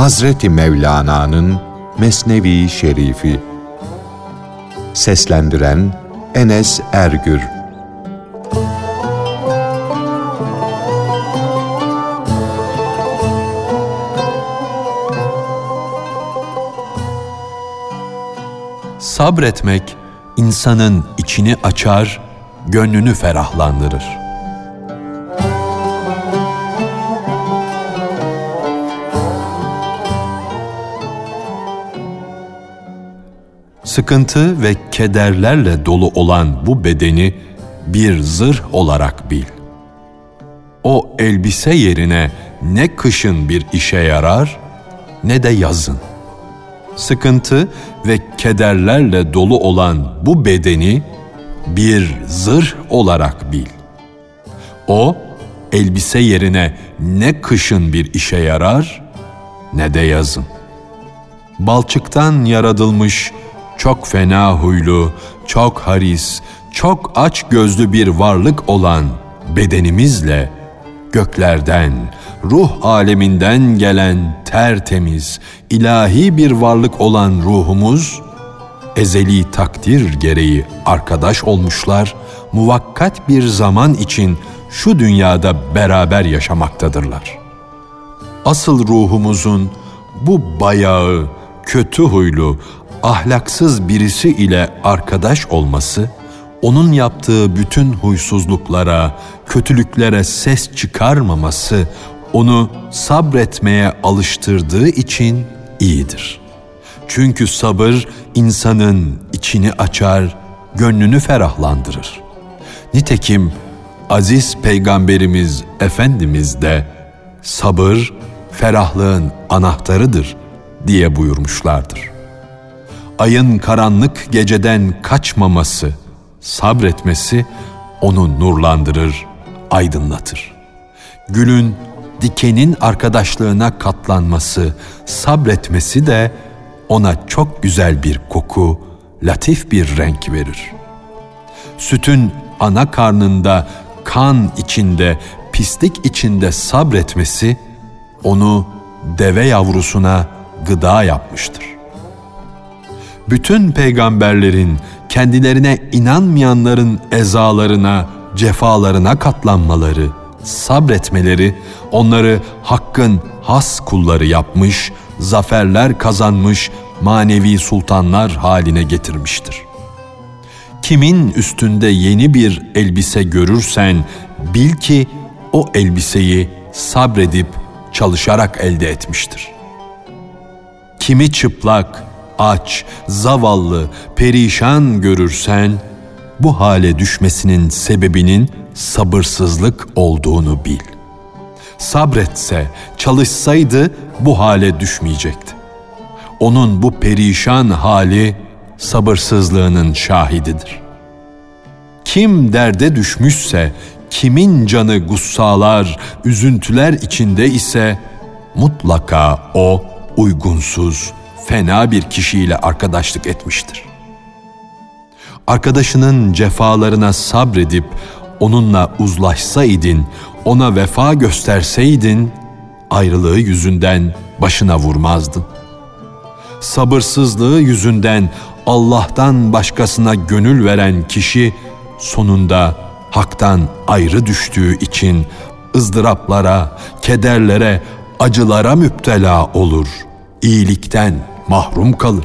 Hazreti Mevlana'nın Mesnevi Şerifi. Seslendiren Enes Ergür. Sabretmek insanın içini açar, gönlünü ferahlandırır. Sıkıntı ve kederlerle dolu olan bu bedeni bir zırh olarak bil. O elbise yerine ne kışın bir işe yarar, ne de yazın. Sıkıntı ve kederlerle dolu olan bu bedeni bir zırh olarak bil. O elbise yerine ne kışın bir işe yarar, ne de yazın. Balçıktan yaratılmış, çok fena huylu, çok haris, çok aç gözlü bir varlık olan bedenimizle göklerden, ruh aleminden gelen tertemiz, ilahi bir varlık olan ruhumuz, ezeli takdir gereği arkadaş olmuşlar, muvakkat bir zaman için şu dünyada beraber yaşamaktadırlar. Asıl ruhumuzun bu bayağı, kötü huylu, ahlaksız birisi ile arkadaş olması, onun yaptığı bütün huysuzluklara, kötülüklere ses çıkarmaması, onu sabretmeye alıştırdığı için iyidir. Çünkü sabır insanın içini açar, gönlünü ferahlandırır. Nitekim aziz Peygamberimiz Efendimiz de sabır ferahlığın anahtarıdır diye buyurmuşlardır. Ayın karanlık geceden kaçmaması, sabretmesi onu nurlandırır, aydınlatır. Gülün dikenin arkadaşlığına katlanması, sabretmesi de ona çok güzel bir koku, latif bir renk verir. Sütün ana karnında, kan içinde, pislik içinde sabretmesi, onu deve yavrusuna gıda yapmıştır. Bütün peygamberlerin kendilerine inanmayanların ezalarına, cefalarına katlanmaları, sabretmeleri onları Hakk'ın has kulları yapmış, zaferler kazanmış manevi sultanlar haline getirmiştir. Kimin üstünde yeni bir elbise görürsen bil ki o elbiseyi sabredip çalışarak elde etmiştir. Kimi çıplak, aç, zavallı, perişan görürsen bu hale düşmesinin sebebinin sabırsızlık olduğunu bil. Sabretse, çalışsaydı bu hale düşmeyecekti. Onun bu perişan hali sabırsızlığının şahididir. Kim derde düşmüşse, kimin canı gussalar, üzüntüler içinde ise mutlaka o uygunsuz, fena bir kişiyle arkadaşlık etmiştir. Arkadaşının cefalarına sabredip onunla uzlaşsaydın, ona vefa gösterseydin, ayrılığı yüzünden başına vurmazdın. Sabırsızlığı yüzünden Allah'tan başkasına gönül veren kişi sonunda Hak'tan ayrı düştüğü için ızdıraplara, kederlere, acılara müptela olur, iyilikten mahrum kalır.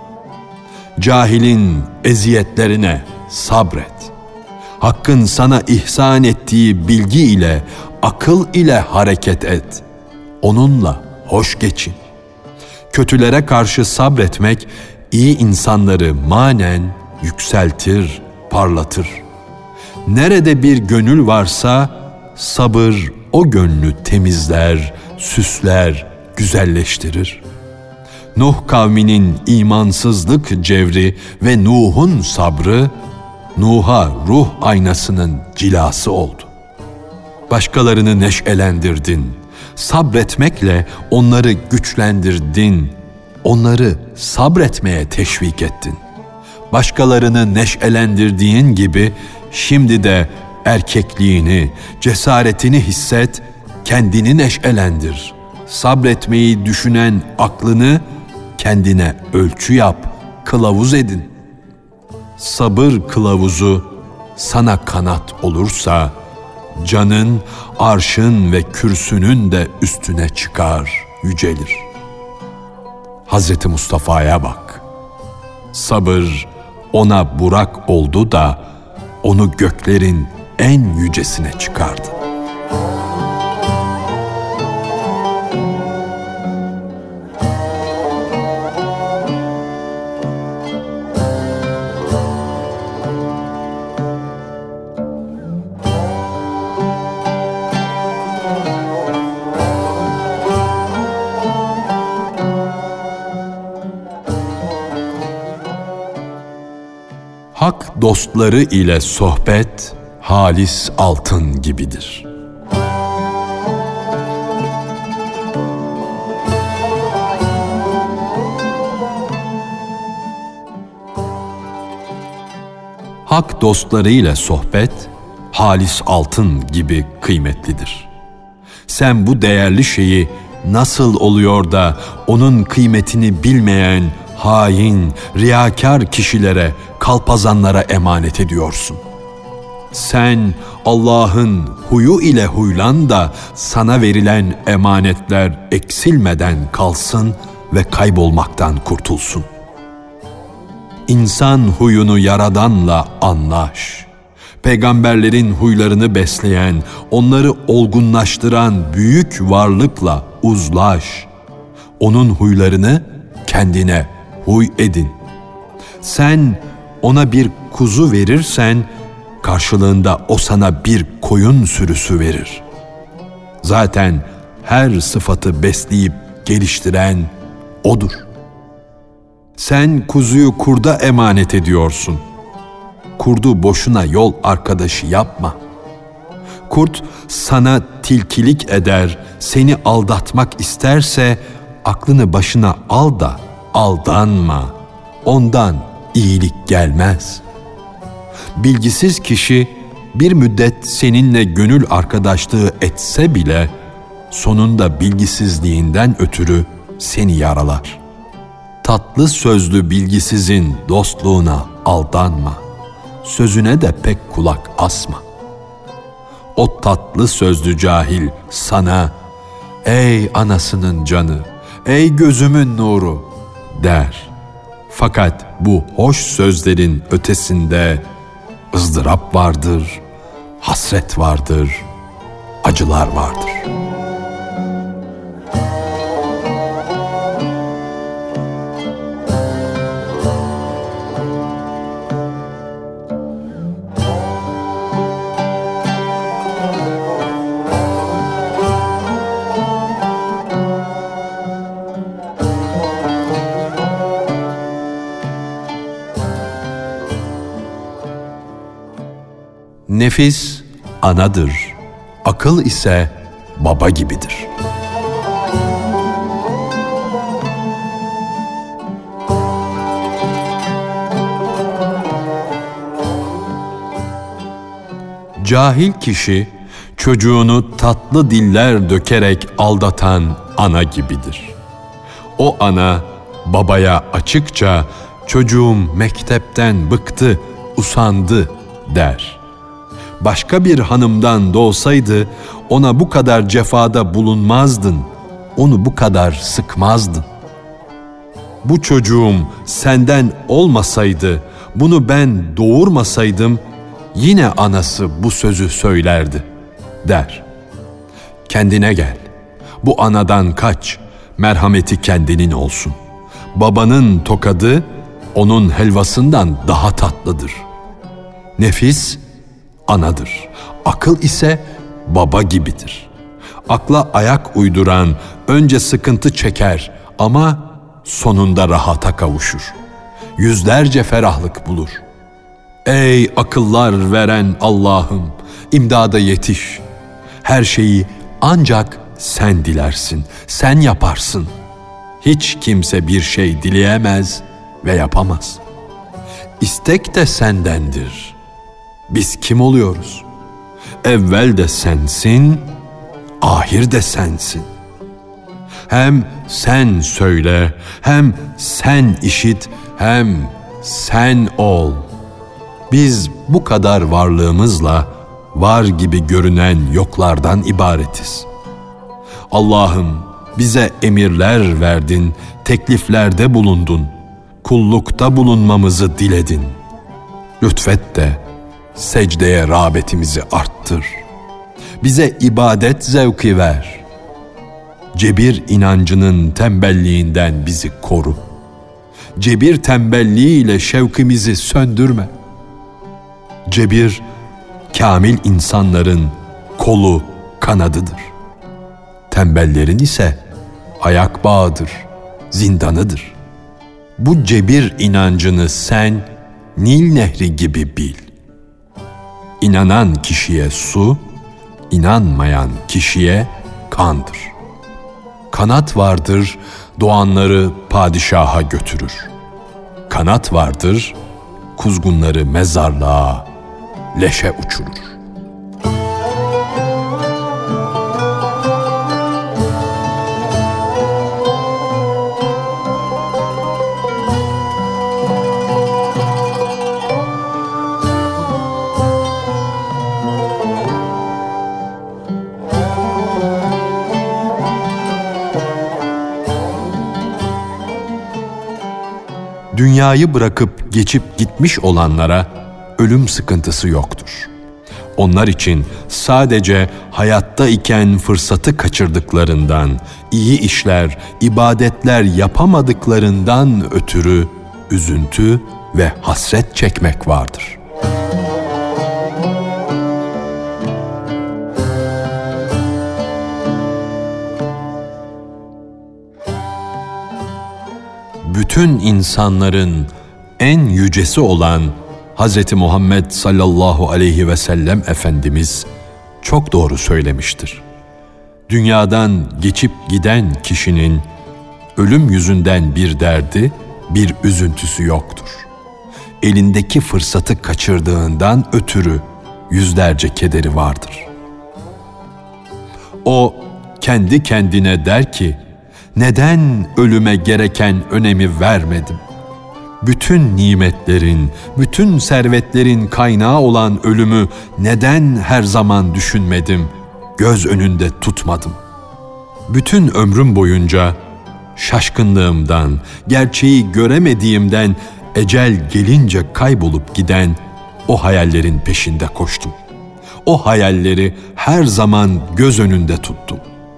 Cahilin eziyetlerine sabret. Hakkın sana ihsan ettiği bilgi ile, akıl ile hareket et. Onunla hoş geçin. Kötülere karşı sabretmek, iyi insanları manen yükseltir, parlatır. Nerede bir gönül varsa, sabır o gönlü temizler, süsler, güzelleştirir. Nuh kavminin imansızlık cevri ve Nuh'un sabrı, Nuh'a ruh aynasının cilası oldu. Başkalarını neşelendirdin, sabretmekle onları güçlendirdin, onları sabretmeye teşvik ettin. Başkalarını neşelendirdiğin gibi şimdi de erkekliğini, cesaretini hisset, kendini neşelendir, Sabretmeyi düşünen aklını kendine ölçü yap, kılavuz edin. Sabır kılavuzu sana kanat olursa, canın arşın ve kürsünün de üstüne çıkar, yücelir. Hazreti Mustafa'ya bak. Sabır ona burak oldu da onu göklerin en yücesine çıkardı. Hak dostları ile sohbet halis altın gibidir. Hak dostları ile sohbet halis altın gibi kıymetlidir. Sen bu değerli şeyi nasıl oluyor da onun kıymetini bilmeyen hain, riyakar kişilere, kalpazanlara emanet ediyorsun? Sen Allah'ın huyu ile huylan da sana verilen emanetler eksilmeden kalsın ve kaybolmaktan kurtulsun. İnsan huyunu Yaradan'la anlaş. Peygamberlerin huylarını besleyen, onları olgunlaştıran büyük varlıkla uzlaş. Onun huylarını kendine huy edin. Sen ona bir kuzu verirsen, karşılığında o sana bir koyun sürüsü verir. Zaten her sıfatı besleyip geliştiren O'dur. Sen kuzuyu kurda emanet ediyorsun. Kurdu boşuna yol arkadaşı yapma. Kurt sana tilkilik eder, seni aldatmak isterse aklını başına al da aldanma. Ondan iyilik gelmez. Bilgisiz kişi bir müddet seninle gönül arkadaşlığı etse bile sonunda bilgisizliğinden ötürü seni yaralar. Tatlı sözlü bilgisizin dostluğuna aldanma. Sözüne de pek kulak asma. O tatlı sözlü cahil sana, ey anasının canı, ey gözümün nuru der. Fakat bu hoş sözlerin ötesinde ızdırap vardır, hasret vardır, acılar vardır. Nefis anadır, akıl ise baba gibidir. Cahil kişi çocuğunu tatlı diller dökerek aldatan ana gibidir. O ana babaya açıkça çocuğum mektepten bıktı, usandı der. Başka bir hanımdan doğsaydı ona bu kadar cefada bulunmazdın, onu bu kadar sıkmazdın. Bu çocuğum senden olmasaydı, bunu ben doğurmasaydım, yine anası bu sözü söylerdi der. Kendine gel, bu anadan kaç, merhameti kendinin olsun. Babanın tokadı onun helvasından daha tatlıdır. Nefis anadır, akıl ise baba gibidir. Akla ayak uyduran önce sıkıntı çeker ama sonunda rahata kavuşur. Yüzlerce ferahlık bulur. Ey akıllar veren Allah'ım, imdada yetiş. Her şeyi ancak sen dilersin, sen yaparsın. Hiç kimse bir şey dileyemez ve yapamaz. İstek de sendendir. Biz kim oluyoruz? Evvel de sensin, ahir de sensin. Hem sen söyle, hem sen işit, hem sen ol. Biz bu kadar varlığımızla var gibi görünen yoklardan ibaretiz. Allah'ım bize emirler verdin, tekliflerde bulundun, kullukta bulunmamızı diledin. Lütfet de secdeye rağbetimizi arttır. Bize ibadet zevki ver. Cebir inancının tembelliğinden bizi koru. Cebir tembelliğiyle şevkimizi söndürme. Cebir, kamil insanların kolu, kanadıdır. Tembellerin ise ayak bağıdır, zindanıdır. Bu cebir inancını sen Nil Nehri gibi bil. İnanan kişiye su, inanmayan kişiye kandır. Kanat vardır, doğanları padişaha götürür. Kanat vardır, kuzgunları mezarlığa, leşe uçurur. Dünyayı bırakıp geçip gitmiş olanlara ölüm sıkıntısı yoktur. Onlar için sadece hayatta iken fırsatı kaçırdıklarından, iyi işler, ibadetler yapamadıklarından ötürü üzüntü ve hasret çekmek vardır. Bütün insanların en yücesi olan Hz. Muhammed sallallahu aleyhi ve sellem Efendimiz çok doğru söylemiştir. Dünyadan geçip giden kişinin ölüm yüzünden bir derdi, bir üzüntüsü yoktur. Elindeki fırsatı kaçırdığından ötürü yüzlerce kederi vardır. O kendi kendine der ki, neden ölüme gereken önemi vermedim? Bütün nimetlerin, bütün servetlerin kaynağı olan ölümü neden her zaman düşünmedim, göz önünde tutmadım? Bütün ömrüm boyunca şaşkınlığımdan, gerçeği göremediğimden ecel gelince kaybolup giden o hayallerin peşinde koştum. O hayalleri her zaman göz önünde tuttum.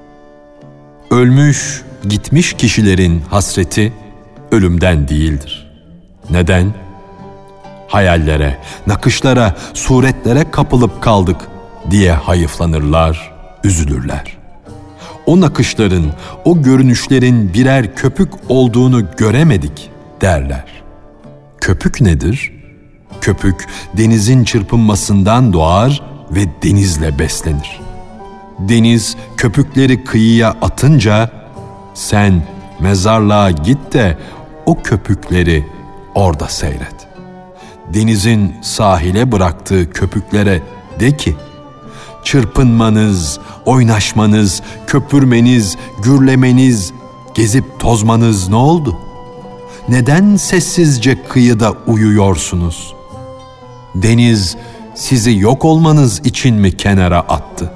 Ölmüş, gitmiş kişilerin hasreti ölümden değildir. Neden? Hayallere, nakışlara, suretlere kapılıp kaldık diye hayıflanırlar, üzülürler. O nakışların, o görünüşlerin birer köpük olduğunu göremedik derler. Köpük nedir? Köpük denizin çırpınmasından doğar ve denizle beslenir. Deniz köpükleri kıyıya atınca sen mezarlığa git de o köpükleri orada seyret. Denizin sahile bıraktığı köpüklere de ki, çırpınmanız, oynaşmanız, köpürmeniz, gürlemeniz, gezip tozmanız ne oldu? Neden sessizce kıyıda uyuyorsunuz? Deniz sizi yok olmanız için mi kenara attı?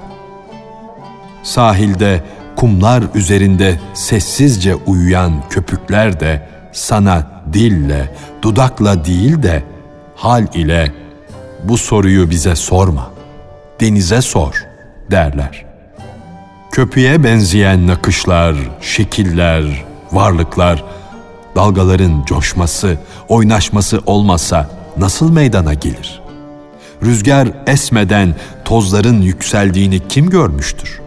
Sahilde, kumlar üzerinde sessizce uyuyan köpükler de sana dille, dudakla değil de hal ile bu soruyu bize sorma, denize sor derler. Köpüğe benzeyen nakışlar, şekiller, varlıklar, dalgaların coşması, oynaşması olmasa nasıl meydana gelir? Rüzgar esmeden tozların yükseldiğini kim görmüştür?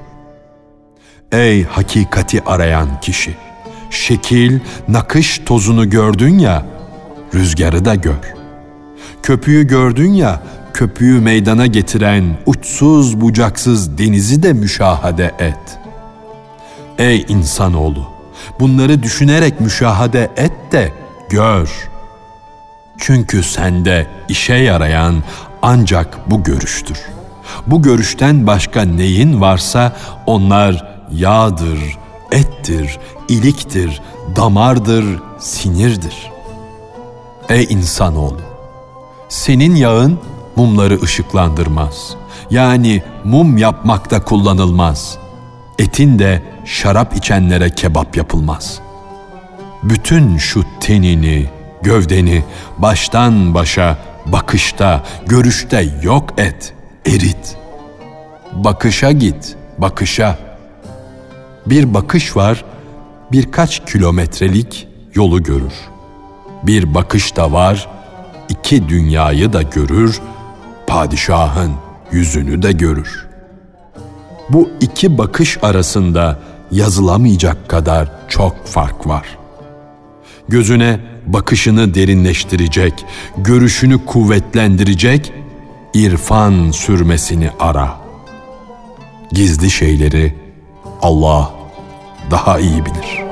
Ey hakikati arayan kişi! Şekil, nakış tozunu gördün ya, rüzgarı da gör. Köpüğü gördün ya, köpüğü meydana getiren uçsuz bucaksız denizi de müşahede et. Ey insanoğlu! Bunları düşünerek müşahede et de gör. Çünkü sende işe yarayan ancak bu görüştür. Bu görüşten başka neyin varsa onlar yağdır, ettir, iliktir, damardır, sinirdir. Ey insanoğlu! Senin yağın mumları ışıklandırmaz. Yani mum yapmakta kullanılmaz. Etin de şarap içenlere kebap yapılmaz. Bütün şu tenini, gövdeni baştan başa, bakışta, görüşte yok et, erit. Bakışa git, bakışa. Bir bakış var, birkaç kilometrelik yolu görür. Bir bakış da var, 2 dünyayı da görür, padişahın yüzünü de görür. Bu 2 bakış arasında yazılamayacak kadar çok fark var. Gözüne bakışını derinleştirecek, görüşünü kuvvetlendirecek irfan sürmesini ara. Gizli şeyleri Allah daha iyi bilir.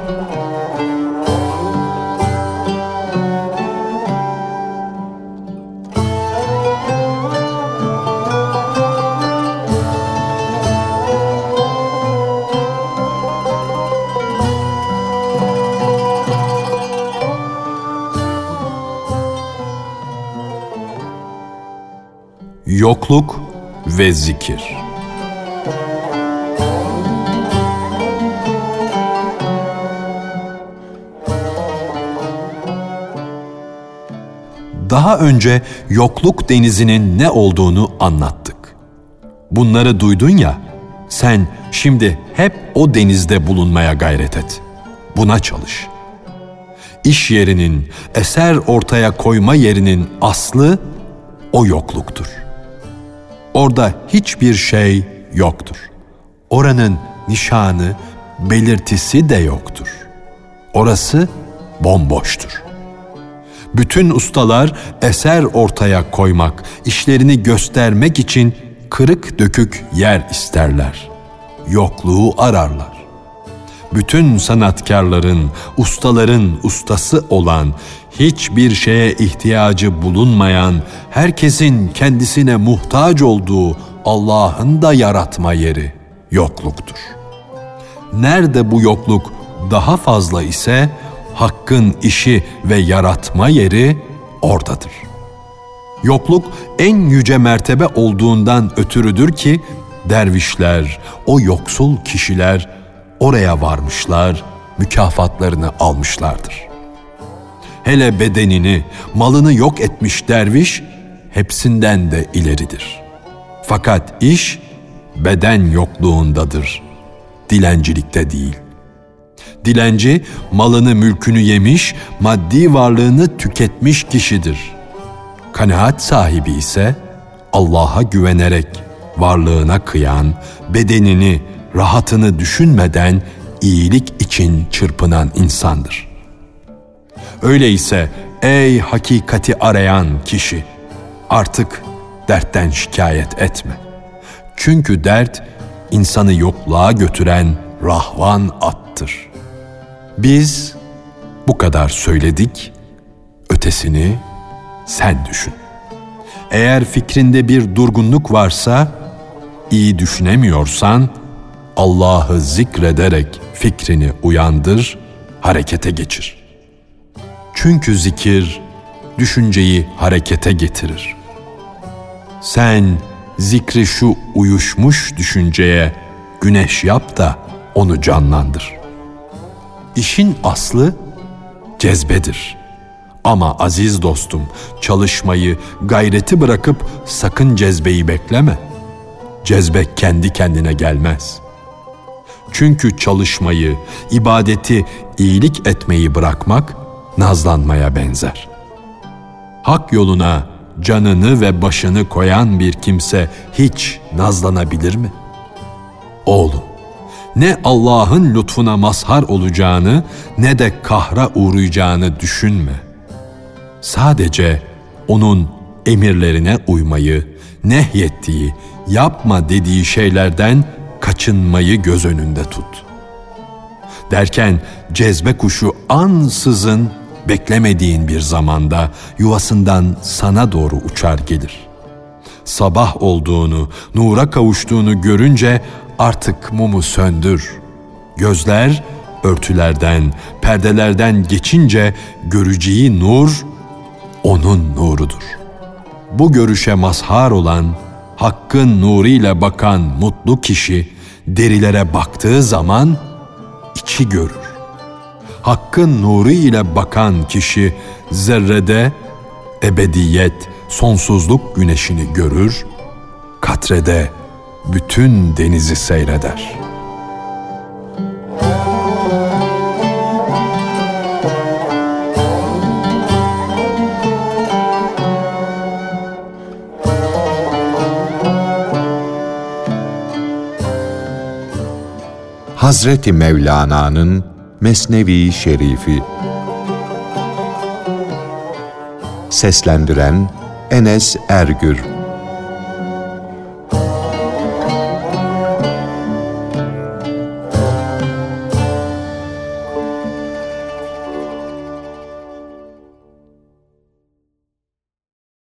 Yokluk ve zikir. Daha önce yokluk denizinin ne olduğunu anlattık. Bunları duydun ya, sen şimdi hep o denizde bulunmaya gayret et. Buna çalış. İş yerinin, eser ortaya koyma yerinin aslı o yokluktur. Orada hiçbir şey yoktur. Oranın nişanı, belirtisi de yoktur. Orası bomboştur. Bütün ustalar eser ortaya koymak, işlerini göstermek için kırık dökük yer isterler. Yokluğu ararlar. Bütün sanatkarların, ustaların ustası olan, hiçbir şeye ihtiyacı bulunmayan, herkesin kendisine muhtaç olduğu Allah'ın da yaratma yeri yokluktur. Nerede bu yokluk daha fazla ise Hakk'ın işi ve yaratma yeri oradadır. Yokluk en yüce mertebe olduğundan ötürüdür ki dervişler, o yoksul kişiler oraya varmışlar, mükafatlarını almışlardır. Hele bedenini, malını yok etmiş derviş hepsinden de ileridir. Fakat iş beden yokluğundadır, dilencilikte değil. Dilenci malını mülkünü yemiş, maddi varlığını tüketmiş kişidir. Kanaat sahibi ise Allah'a güvenerek varlığına kıyan, bedenini, rahatını düşünmeden iyilik için çırpınan insandır. Öyleyse ey hakikati arayan kişi, artık dertten şikayet etme. Çünkü dert insanı yokluğa götüren rahvan attır. Biz bu kadar söyledik, ötesini sen düşün. Eğer fikrinde bir durgunluk varsa, iyi düşünemiyorsan, Allah'ı zikrederek fikrini uyandır, harekete geçir. Çünkü zikir, düşünceyi harekete getirir. Sen zikri şu uyuşmuş düşünceye güneş yap da onu canlandır. İşin aslı cezbedir. Ama aziz dostum, çalışmayı, gayreti bırakıp sakın cezbeyi bekleme. Cezbe kendi kendine gelmez. Çünkü çalışmayı, ibadeti, iyilik etmeyi bırakmak nazlanmaya benzer. Hak yoluna canını ve başını koyan bir kimse hiç nazlanabilir mi? Oğlum, ne Allah'ın lütfuna mazhar olacağını ne de kahra uğrayacağını düşünme. Sadece onun emirlerine uymayı, nehyettiği, yapma dediği şeylerden kaçınmayı göz önünde tut. Derken cezbe kuşu ansızın beklemediğin bir zamanda yuvasından sana doğru uçar gelir. Sabah olduğunu, nura kavuştuğunu görünce artık mumu söndür. Gözler örtülerden, perdelerden geçince göreceği nur onun nurudur. Bu görüşe mazhar olan, Hakk'ın nuruyla bakan mutlu kişi derilere baktığı zaman içi görür. Hakk'ın nuru ile bakan kişi zerrede ebediyet, sonsuzluk güneşini görür, katrede bütün denizi seyreder. Hazreti Mevlana'nın Mesnevi Şerifi. Seslendiren Enes Ergür.